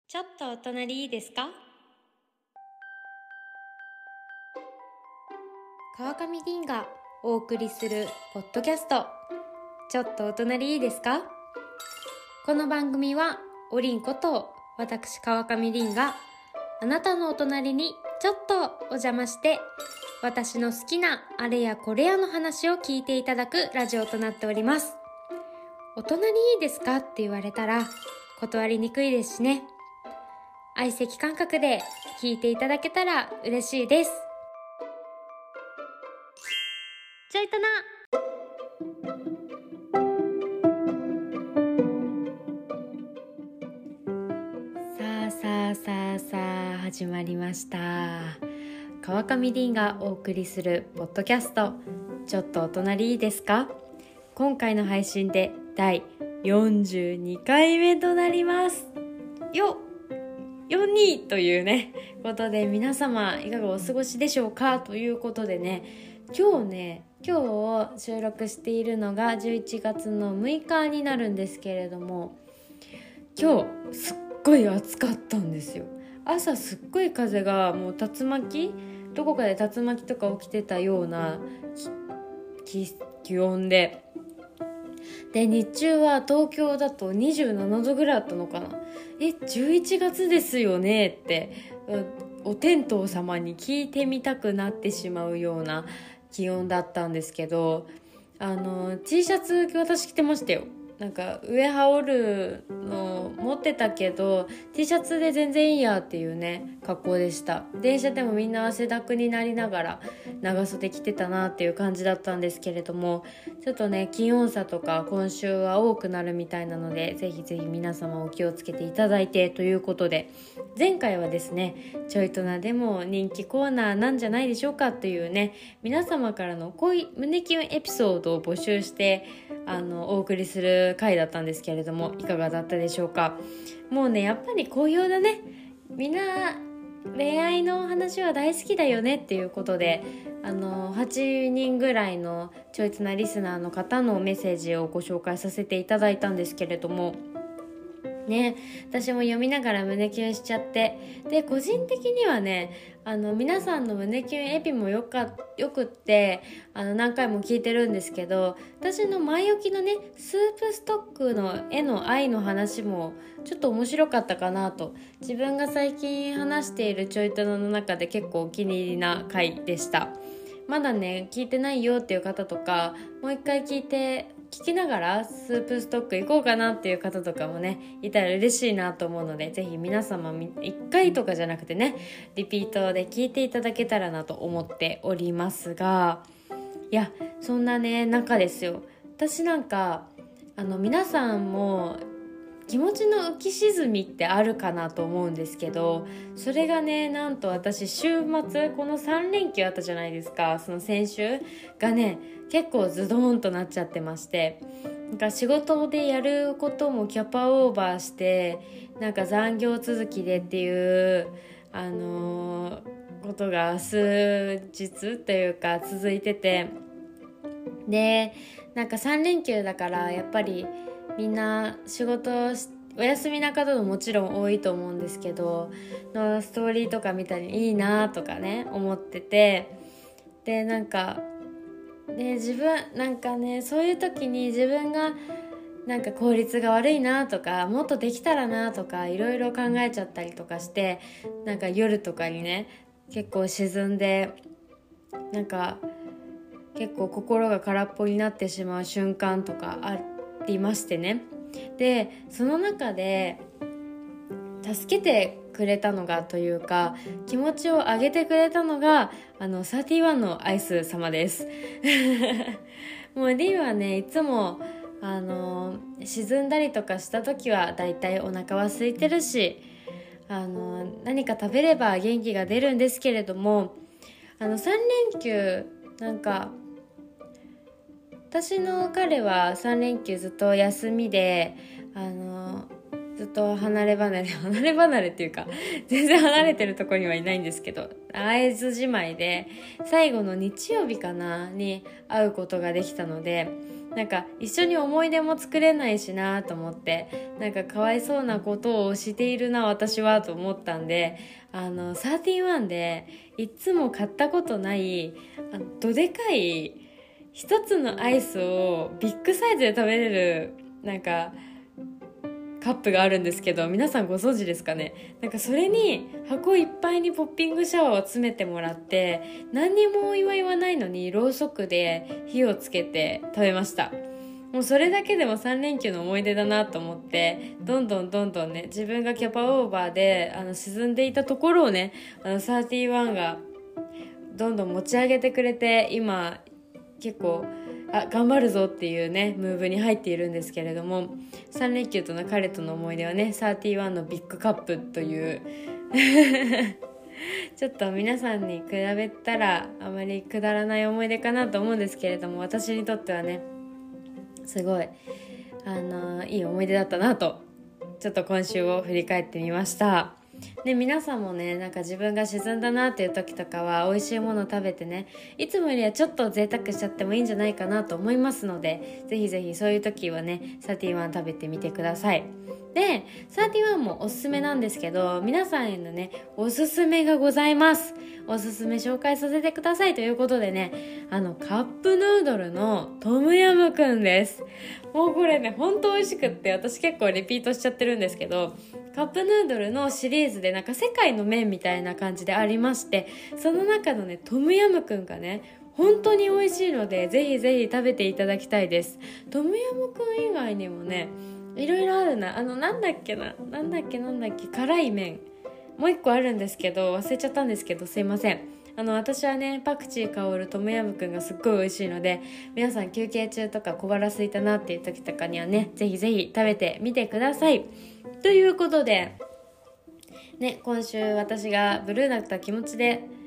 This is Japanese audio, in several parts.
ちょっとお隣いいですか？川上凛がお送りするポッドキャスト、ちょっとお隣いいですか？この番組はおりんこと私川上凛があなたのお隣にちょっとお邪魔して、私の好きなあれやこれやの話を聞いていただくラジオとなっております。お隣いいですかって言われたら断りにくいですしね。相席感覚で聞いていただけたら嬉しいです。ちょいとな。さあ始まりました。川上凛がお送りするポッドキャスト、ちょっとお隣いいですか？今回の配信で第42回目となりますよ。42というねことで、皆様いかがお過ごしでしょうかということでね、今日収録しているのが11月の6日になるんですけれども、今日すっごい暑かったんですよ。朝すっごい風が、もうどこかで竜巻とか起きてたような気温で、日中は東京だと27度ぐらいあったのかな。11月ですよねってお天道様に聞いてみたくなってしまうような気温だったんですけど、T シャツ私着てましたよ。なんか上羽織るの持ってたけど T シャツで全然いいやっていうね格好でした。電車でもみんな汗だくになりながら長袖着てたなっていう感じだったんですけれども、ちょっとね気温差とか今週は多くなるみたいなので、ぜひぜひ皆様お気をつけていただいてということで、前回はですねちょいとなでも人気コーナーなんじゃないでしょうかというね、皆様からの胸キュンエピソードを募集してお送りする回だったんですけれども、いかがだったでしょうか。もうねやっぱり好評だね。みんな恋愛の話は大好きだよねっていうことで、8人ぐらいのちょいつなリスナーの方のメッセージをご紹介させていただいたんですけれどもね、私も読みながら胸キュンしちゃって、で個人的にはね皆さんの胸キュンエピもよくって何回も聞いてるんですけど、私の前置きのねスープストックの絵の愛の話もちょっと面白かったかなと、自分が最近話しているちょいとの中で結構お気に入りな回でした。まだね聞いてないよっていう方とか、もう一回聞きながらスープストック行こうかなっていう方とかもねいたら嬉しいなと思うので、ぜひ皆様1回とかじゃなくてねリピートで聞いていただけたらなと思っておりますが、いやそんなね中ですよ、私なんか皆さんも気持ちの浮き沈みってあるかなと思うんですけど、それがねなんと私週末この3連休あったじゃないですか。その先週がね結構ズドーンとなっちゃってまして、なんか仕事でやることもキャパオーバーして、なんか残業続きでっていうことが数日というか続いてて、でなんか3連休だからやっぱりみんな仕事お休みな方ももちろん多いと思うんですけど、のストーリーとか見たりいいなとかね思ってて、でなんかね自分なんかねそういう時に自分がなんか効率が悪いなとかもっとできたらなとかいろいろ考えちゃったりとかして、なんか夜とかにね結構沈んで、なんか結構心が空っぽになってしまう瞬間とかありましてね。でその中で助けてくれたのがというか気持ちを上げてくれたのが31のアイス様ですもうリンはねいつも沈んだりとかした時はだいたいお腹は空いてるし何か食べれば元気が出るんですけれども、3連休なんか私の彼は3連休ずっと休みでずっと離れ離れっていうか全然離れてるところにはいないんですけど、会津じまいで最後の日曜日かなに会うことができたので、 なんか一緒に思い出も作れないしなと思って、なんかかわいそうなことをしているな私はと思ったんで、31でいつも買ったことないどでかい一つのアイスをビッグサイズで食べれるなんかカップがあるんですけど、皆さんご存知ですかね。なんかそれに箱いっぱいにポッピングシャワーを詰めてもらって、何にもお祝いはないのにろうそくで火をつけて食べました。もうそれだけでも3連休の思い出だなと思って、どんどんね、自分がキャパオーバーで沈んでいたところをね、31がどんどん持ち上げてくれて、今結構頑張るぞっていうねムーブに入っているんですけれども、3連休との彼との思い出はね、31のビッグカップというちょっと皆さんに比べたらあまりくだらない思い出かなと思うんですけれども、私にとってはねすごいいい思い出だったなと、ちょっと今週を振り返ってみました。で、皆さんもね、なんか自分が沈んだなっていう時とかは美味しいものを食べてね、いつもよりはちょっと贅沢しちゃってもいいんじゃないかなと思いますので、ぜひぜひそういう時はね31食べてみてください。で、31もおすすめなんですけど、皆さんへのねおすすめがございます。おすすめ紹介させてくださいということでね、カップヌードルのトムヤムくんです。もうこれねほんと美味しくって、私結構リピートしちゃってるんですけど、カップヌードルのシリーズでなんか世界の麺みたいな感じでありまして、その中のねトムヤムくんがね本当に美味しいので、ぜひぜひ食べていただきたいです。トムヤムくん以外にもねいろいろあるな。なんだっけ辛い麺もう一個あるんですけど忘れちゃったんですけど、すいません。私はねパクチー香るトムヤムくんがすっごい美味しいので、皆さん休憩中とか小腹空いたなっていう時とかにはね、ぜひぜひ食べてみてください。ということでね、今週私がブルーだった気持ちを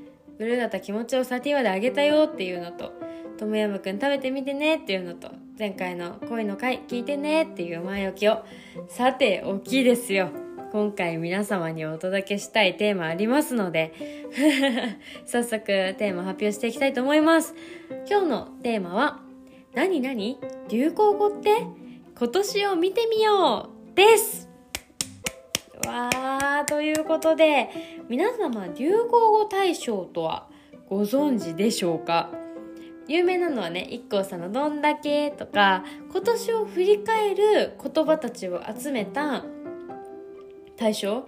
31であげたよっていうのと、トムヤムくん食べてみてねっていうのと、前回の恋の回聞いてねっていう前置きをさておきですよ。今回皆様にお届けしたいテーマありますので早速テーマ発表していきたいと思います。今日のテーマは何々流行語って今年を見てみようです。わー、ということで皆様流行語大賞とはご存知でしょうか。有名なのはね IKKO さんのどんだけとか、今年を振り返る言葉たちを集めた大賞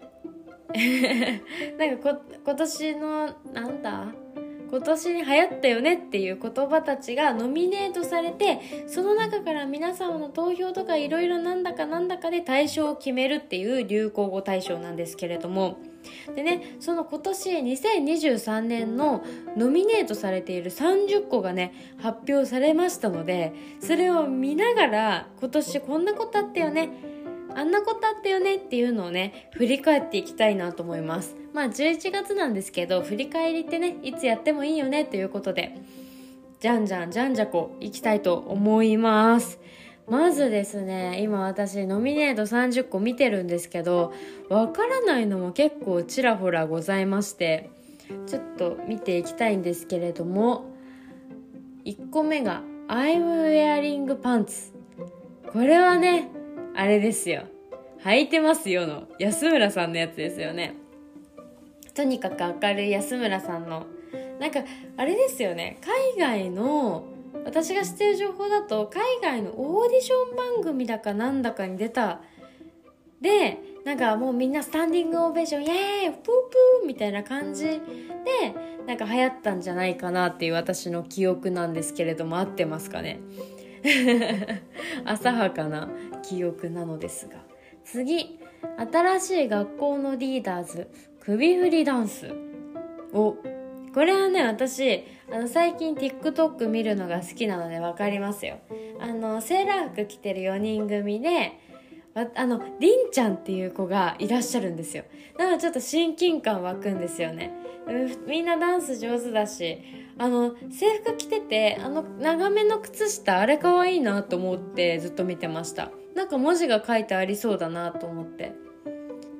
なんか今年の今年に流行ったよねっていう言葉たちがノミネートされて、その中から皆様の投票とかいろいろなんだかで大賞を決めるっていう流行語大賞なんですけれども、でね、その今年2023年のノミネートされている30個がね発表されましたので、それを見ながら今年こんなことあったよね、あんなことあったよねっていうのをね振り返っていきたいなと思います。11月なんですけど、振り返りってねいつやってもいいよねということで、じゃんじゃこいきたいと思います。まずですね、今私ノミネート30個見てるんですけど、わからないのも結構ちらほらございまして、ちょっと見ていきたいんですけれども、1個目が I'm wearing pants。 これはねあれですよ、履いてますよの安村さんのやつですよね。とにかく明るい安村さんのなんかあれですよね、海外の私が知ってる情報だと海外のオーディション番組だかなんだかに出たで、なんかもうみんなスタンディングオベーションイエーイプープーみたいな感じでなんか流行ったんじゃないかなっていう私の記憶なんですけれども、合ってますかね浅はかな記憶なのですが、次、新しい学校のリーダーズ首振りダンスを、これはね私最近 TikTok 見るのが好きなので分かりますよ。セーラー服着てる4人組でりんちゃんっていう子がいらっしゃるんですよ。なのでちょっと親近感湧くんですよね。みんなダンス上手だし、制服着てて長めの靴下、あれ可愛いなと思ってずっと見てました。なんか文字が書いてありそうだなと思って。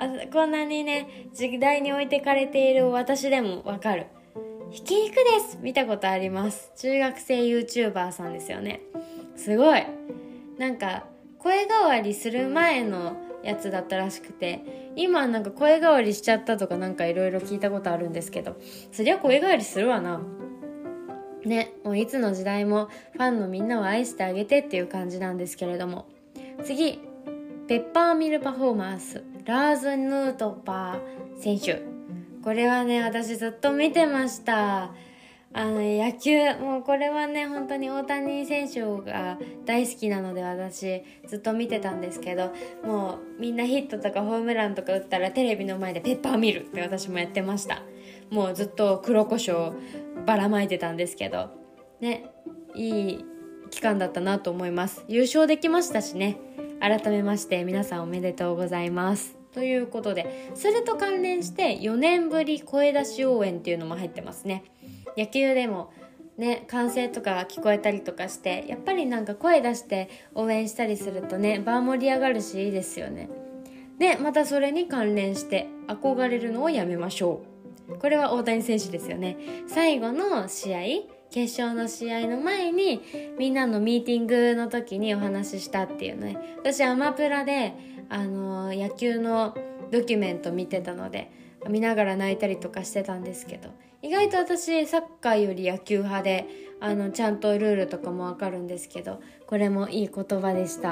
こんなにね時代に置いてかれている私でもわかる。ひき肉です見たことあります。中学生 YouTuber さんですよね。すごいなんか声変わりする前のやつだったらしくて、今なんか声変わりしちゃったとかなんかいろいろ聞いたことあるんですけど、そりゃ声変わりするわなね。もういつの時代もファンのみんなを愛してあげてっていう感じなんですけれども、次ペッパーミルパフォーマンスラーズ・ヌートバー選手。これはね私ずっと見てました。野球もうこれはね本当に大谷選手が大好きなので私ずっと見てたんですけど、もうみんなヒットとかホームランとか打ったらテレビの前でペッパーミルって私もやってました。もうずっと黒胡椒ばらまいてたんですけどね、いい期間だったなと思います。優勝できましたしね。改めまして皆さんおめでとうございますということで、それと関連して4年ぶり声出し応援っていうのも入ってますね。野球でもね歓声とか聞こえたりとかして、やっぱりなんか声出して応援したりするとね場盛り上がるしいいですよね。でまたそれに関連して憧れるのをやめましょう。これは大谷選手ですよね。最後の試合決勝の試合の前にみんなのミーティングの時にお話ししたっていうね。私アマプラで野球のドキュメント見てたので見ながら泣いたりとかしてたんですけど、意外と私サッカーより野球派でちゃんとルールとかもわかるんですけど、これもいい言葉でした。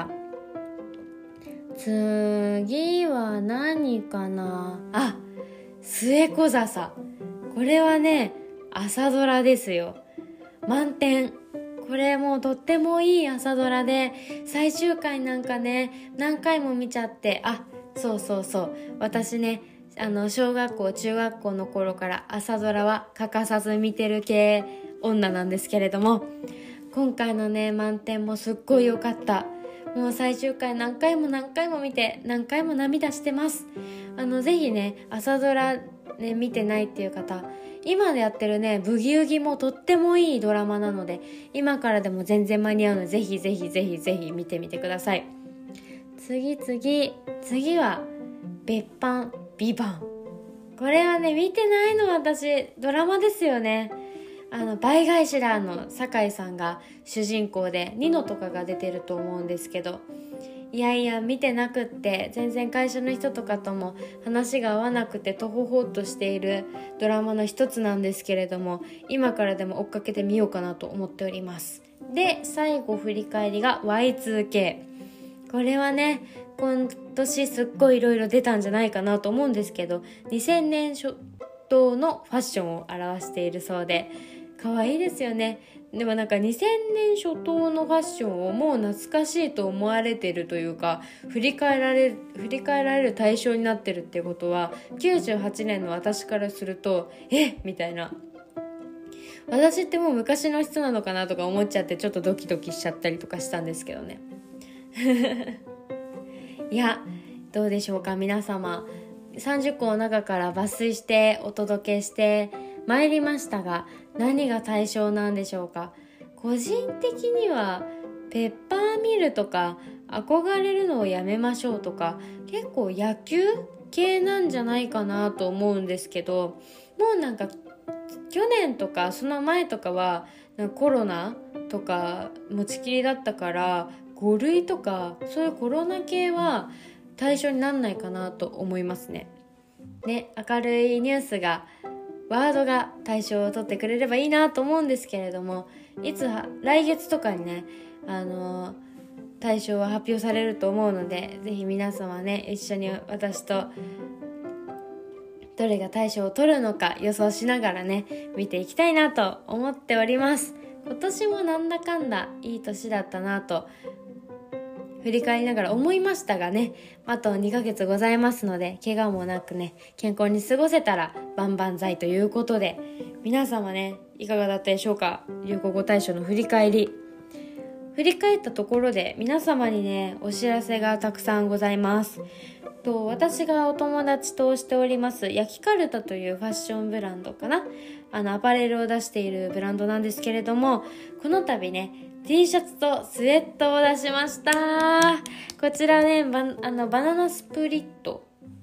次は何かなあ、末小笹。これはね朝ドラですよ。満点。これもとってもいい朝ドラで最終回なんかね何回も見ちゃって、そう私ね小学校中学校の頃から朝ドラは欠かさず見てる系女なんですけれども、今回のね満点もすっごい良かった。もう最終回何回も見て何回も涙してます。ぜひね朝ドラね見てないっていう方、今でやってるねブギウギもとってもいいドラマなので今からでも全然間に合うのでぜひ見てみてください。次は別班ビバン。これはね見てないの私。ドラマですよね。倍返しだの酒井さんが主人公でニノとかが出てると思うんですけど、いや見てなくって、全然会社の人とかとも話が合わなくてとほほっとしているドラマの一つなんですけれども、今からでも追っかけてみようかなと思っております。で最後振り返りが Y2K。 これはね今年すっごいいろいろ出たんじゃないかなと思うんですけど、2000年初頭のファッションを表しているそうで可愛いですよね。でもなんか2000年初頭のファッションをもう懐かしいと思われてるというか、振り返られる対象になってるっていうことは98年の私からするとみたいな、私ってもう昔の人なのかなとか思っちゃってちょっとドキドキしちゃったりとかしたんですけどねいやどうでしょうか皆様。30個の中から抜粋してお届けして参りましたが、何が対象なんでしょうか。個人的にはペッパーミルとか憧れるのをやめましょうとか結構野球系なんじゃないかなと思うんですけど、もうなんか去年とかその前とかはコロナとか持ちきりだったから5類とかそういうコロナ系は対象になんないかなと思いますね。明るいニュースがワードが対象を取ってくれればいいなと思うんですけれども、来月とかにね対象は発表されると思うので、ぜひ皆様ね一緒に私とどれが対象を取るのか予想しながらね見ていきたいなと思っております。今年もなんだかんだいい年だったなと振り返りながら思いましたがね、あと2ヶ月ございますので怪我もなくね健康に過ごせたら万々歳ということで、皆様ねいかがだったでしょうか。流行語大賞の振り返ったところで皆様にねお知らせがたくさんございます。私がお友達としております焼きカルタというファッションブランドかな、アパレルを出しているブランドなんですけれども、この度ねT シャツとスウェットを出しました。こちらねバナナスプリット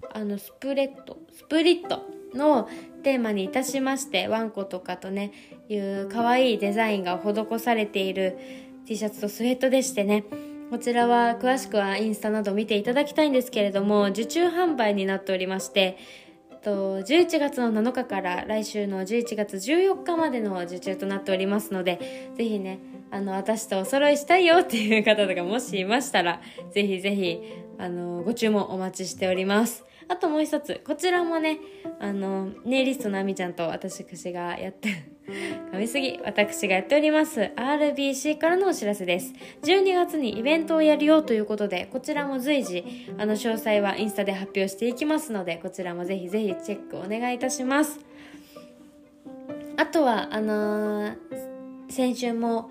スプリットのテーマにいたしまして、ワンコとかとねいう可愛いデザインが施されている T シャツとスウェットでしてね、こちらは詳しくはインスタなど見ていただきたいんですけれども、受注販売になっておりまして、11月の7日から来週の11月14日までの受注となっておりますので、ぜひね私とお揃いしたいよっていう方とかもしいましたら、ぜひぜひご注文お待ちしております。あともう一つ、こちらもねネイリストのあみちゃんと私がやって私がやっております RBC からのお知らせです。12月にイベントをやるよということで、こちらも随時詳細はインスタで発表していきますので、こちらもぜひぜひチェックお願いいたします。あとは先週も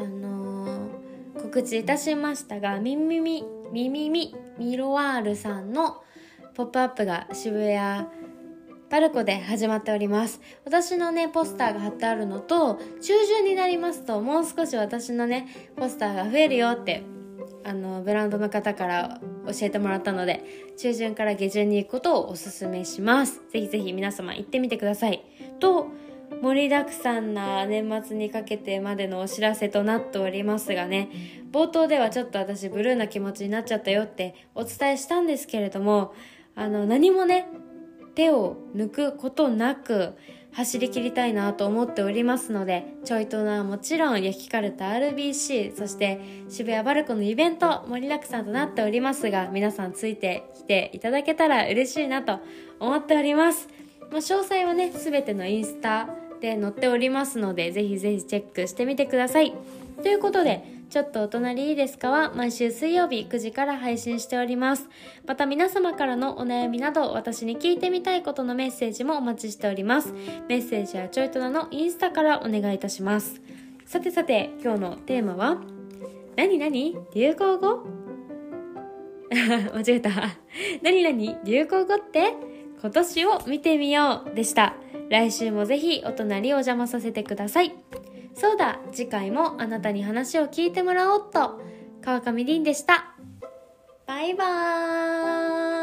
告知いたしましたが、ミロワールさんのポップアップが渋谷パルコで始まっております。私のねポスターが貼ってあるのと、中旬になりますともう少し私のねポスターが増えるよってブランドの方から教えてもらったので、中旬から下旬に行くことをおすすめします。ぜひぜひ皆様行ってみてください。と盛りだくさんな年末にかけてまでのお知らせとなっておりますがね、冒頭ではちょっと私ブルーな気持ちになっちゃったよってお伝えしたんですけれども、何もね手を抜くことなく走り切りたいなと思っておりますので、ちょいとなもちろん焼きカルタ RBC、 そして渋谷バルコのイベント盛りだくさんとなっておりますが、皆さんついてきていただけたら嬉しいなと思っております。詳細はねすべてのインスタで載っておりますので、ぜひぜひチェックしてみてください。ということで、ちょっとお隣いいですかは毎週水曜日9時から配信しております。また皆様からのお悩みなど、私に聞いてみたいことのメッセージもお待ちしております。メッセージはちょいとなのインスタからお願いいたします。さてさて、今日のテーマは何流行語間違えた何流行語って今年を見てみようでした。来週もぜひお隣お邪魔させてください。そうだ、次回もあなたに話を聞いてもらおうっと。川上凛でした。バイバーイ。